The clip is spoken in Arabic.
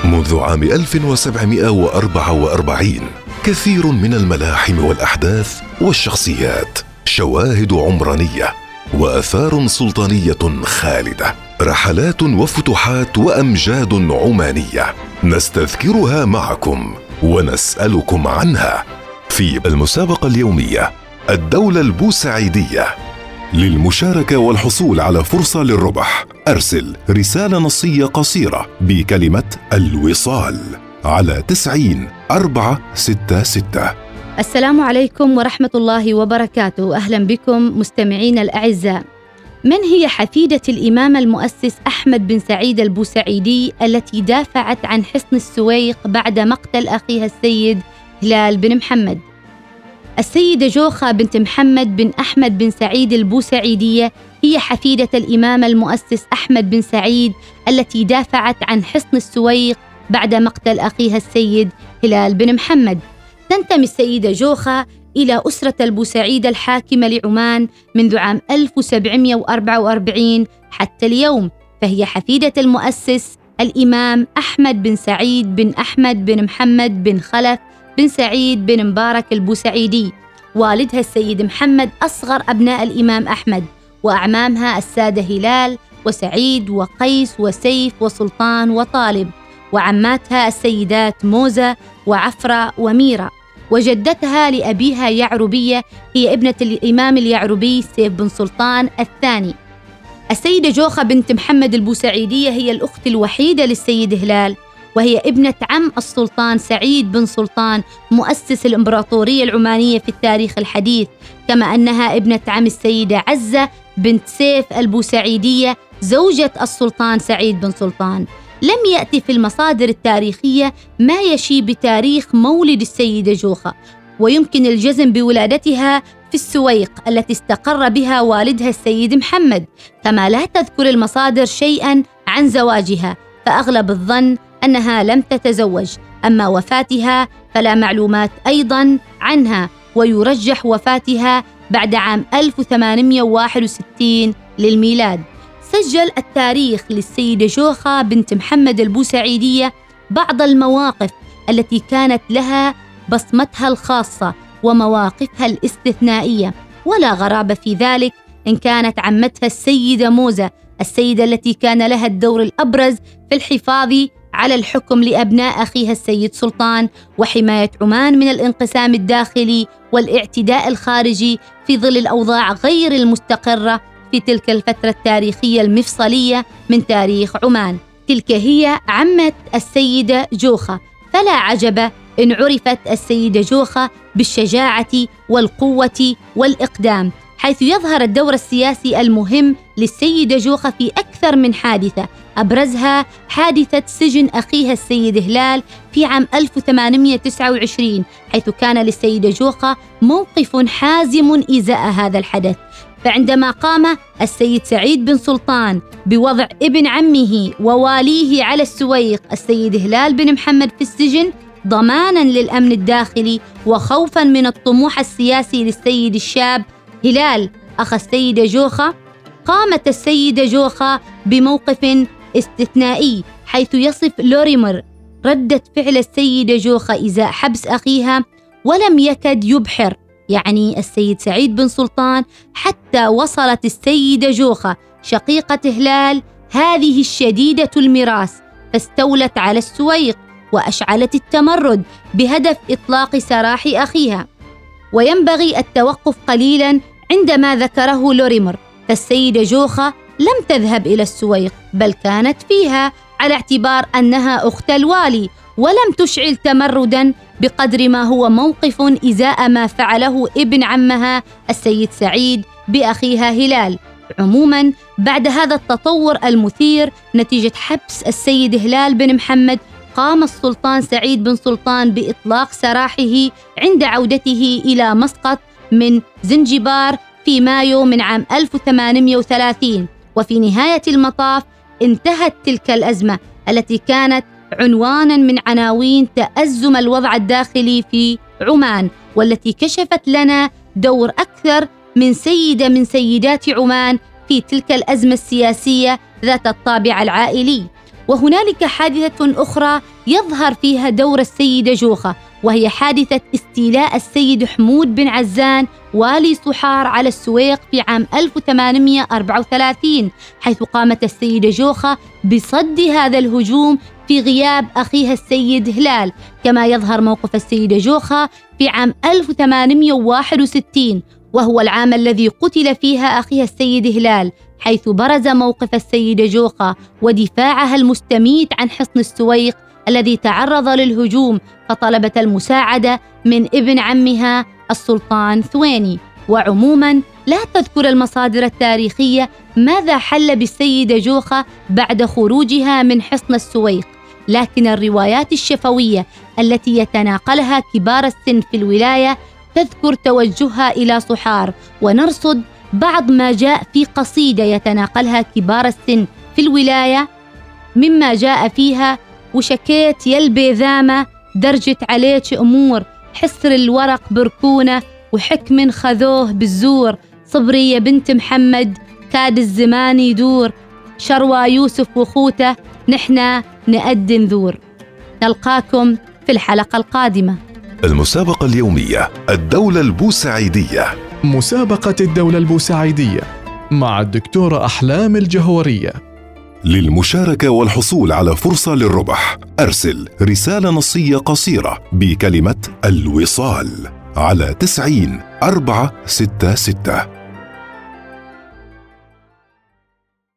منذ عام 1744 كثير من الملاحم والأحداث والشخصيات، شواهد عمرانية وآثار سلطانية خالدة، رحلات وفتوحات وأمجاد عمانية نستذكرها معكم ونسألكم عنها في المسابقة اليومية الدولة البوسعيدية. للمشاركة والحصول على فرصة للربح أرسل رسالة نصية قصيرة بكلمة الوصال على 90466. السلام عليكم ورحمة الله وبركاته. أهلا بكم مستمعين الأعزاء. من هي حفيدة الإمام المؤسس أحمد بن سعيد البوسعيدي التي دافعت عن حصن السويق بعد مقتل أخيها السيد هلال بن محمد؟ السيدة جوخة بنت محمد بن أحمد بن سعيد البوسعيدية هي حفيدة الإمام المؤسس أحمد بن سعيد التي دافعت عن حصن السويق بعد مقتل أخيها السيد هلال بن محمد. تنتمي السيدة جوخة إلى أسرة البوسعيد الحاكمة لعمان منذ عام 1744 حتى اليوم، فهي حفيدة المؤسس الإمام أحمد بن سعيد بن أحمد بن محمد بن خلف بن سعيد بن مبارك البوسعيدي. والدها السيد محمد أصغر أبناء الإمام أحمد، وأعمامها السادة هلال وسعيد وقيس وسيف وسلطان وطالب، وعماتها السيدات موزة وعفرة وميرة، وجدتها لأبيها يعربية هي ابنة الإمام اليعربي سيف بن سلطان الثاني. السيدة جوخة بنت محمد البوسعيدية هي الأخت الوحيدة للسيد هلال، وهي ابنة عم السلطان سعيد بن سلطان مؤسس الإمبراطورية العمانية في التاريخ الحديث، كما أنها ابنة عم السيدة عزة بنت سيف البوسعيدية زوجة السلطان سعيد بن سلطان. لم يأتي في المصادر التاريخية ما يشي بتاريخ مولد السيدة جوخة، ويمكن الجزم بولادتها في السويق التي استقر بها والدها السيد محمد، كما لا تذكر المصادر شيئا عن زواجها، فأغلب الظن أنها لم تتزوج. أما وفاتها فلا معلومات أيضا عنها، ويرجح وفاتها بعد عام 1861 للميلاد. سجل التاريخ للسيدة جوخة بنت محمد البوسعيدية بعض المواقف التي كانت لها بصمتها الخاصة ومواقفها الاستثنائية، ولا غرابة في ذلك إن كانت عمتها السيدة موزة، السيدة التي كان لها الدور الأبرز في الحفاظ على الحكم لأبناء أخيها السيد سلطان، وحماية عمان من الانقسام الداخلي والاعتداء الخارجي في ظل الأوضاع غير المستقرة في تلك الفترة التاريخية المفصلية من تاريخ عمان. تلك هي عمة السيدة جوخة، فلا عجب إن عرفت السيدة جوخة بالشجاعة والقوة والإقدام، حيث يظهر الدور السياسي المهم للسيدة جوخة في أكثر من حادثة، أبرزها حادثة سجن أخيها السيد هلال في عام 1829، حيث كان للسيدة جوخة موقف حازم إزاء هذا الحدث. فعندما قام السيد سعيد بن سلطان بوضع ابن عمه وواليه على السويق السيد هلال بن محمد في السجن ضماناً للأمن الداخلي وخوفاً من الطموح السياسي للسيد الشاب هلال أخ السيدة جوخة، قامت السيدة جوخة بموقف استثنائي، حيث يصف لوريمر ردة فعل السيدة جوخة إزاء حبس أخيها ولم يكد يبحر، يعني السيد سعيد بن سلطان، حتى وصلت السيدة جوخة شقيقة هلال هذه الشديدة المراس فاستولت على السويق وأشعلت التمرد بهدف إطلاق سراح أخيها. وينبغي التوقف قليلا عندما ذكره لوريمر، فالسيدة جوخة لم تذهب إلى السويق، بل كانت فيها على اعتبار أنها أخت الوالي، ولم تشعل تمردا بقدر ما هو موقف إزاء ما فعله ابن عمها السيد سعيد بأخيها هلال. عموما بعد هذا التطور المثير نتيجة حبس السيد هلال بن محمد، قام السلطان سعيد بن سلطان بإطلاق سراحه عند عودته إلى مسقط من زنجبار في مايو من عام 1830. وفي نهاية المطاف انتهت تلك الأزمة التي كانت عنوانا من عناوين تأزم الوضع الداخلي في عمان، والتي كشفت لنا دور أكثر من سيدة من سيدات عمان في تلك الأزمة السياسية ذات الطابع العائلي. وهنالك حادثة أخرى يظهر فيها دور السيدة جوخة، وهي حادثة استيلاء السيد حمود بن عزان والي صحار على السويق في عام 1834، حيث قامت السيدة جوخة بصد هذا الهجوم في غياب أخيها السيد هلال. كما يظهر موقف السيدة جوخة في عام 1861، وهو العام الذي قتل فيها أخيها السيد هلال، حيث برز موقف السيدة جوخة ودفاعها المستميت عن حصن السويق الذي تعرض للهجوم، فطلبت المساعدة من ابن عمها السلطان ثويني. وعموما لا تذكر المصادر التاريخية ماذا حل بالسيدة جوخة بعد خروجها من حصن السويق، لكن الروايات الشفوية التي يتناقلها كبار السن في الولاية تذكر توجهها إلى صحار، ونرصد بعض ما جاء في قصيدة يتناقلها كبار السن في الولاية، مما جاء فيها: وشكيت يلبي ذامة درجت عليك أمور، حسر الورق بركونة وحكم خذوه بالزور، صبري يا بنت محمد كاد الزمان يدور، شروى يوسف وخوته نحنا نأدي نذور. نلقاكم في الحلقة القادمة. المسابقة اليومية الدولة البوسعيدية. مسابقة الدولة البوسعيدية مع الدكتورة أحلام الجهورية. للمشاركة والحصول على فرصة للربح أرسل رسالة نصية قصيرة بكلمة الوصال على 90 466.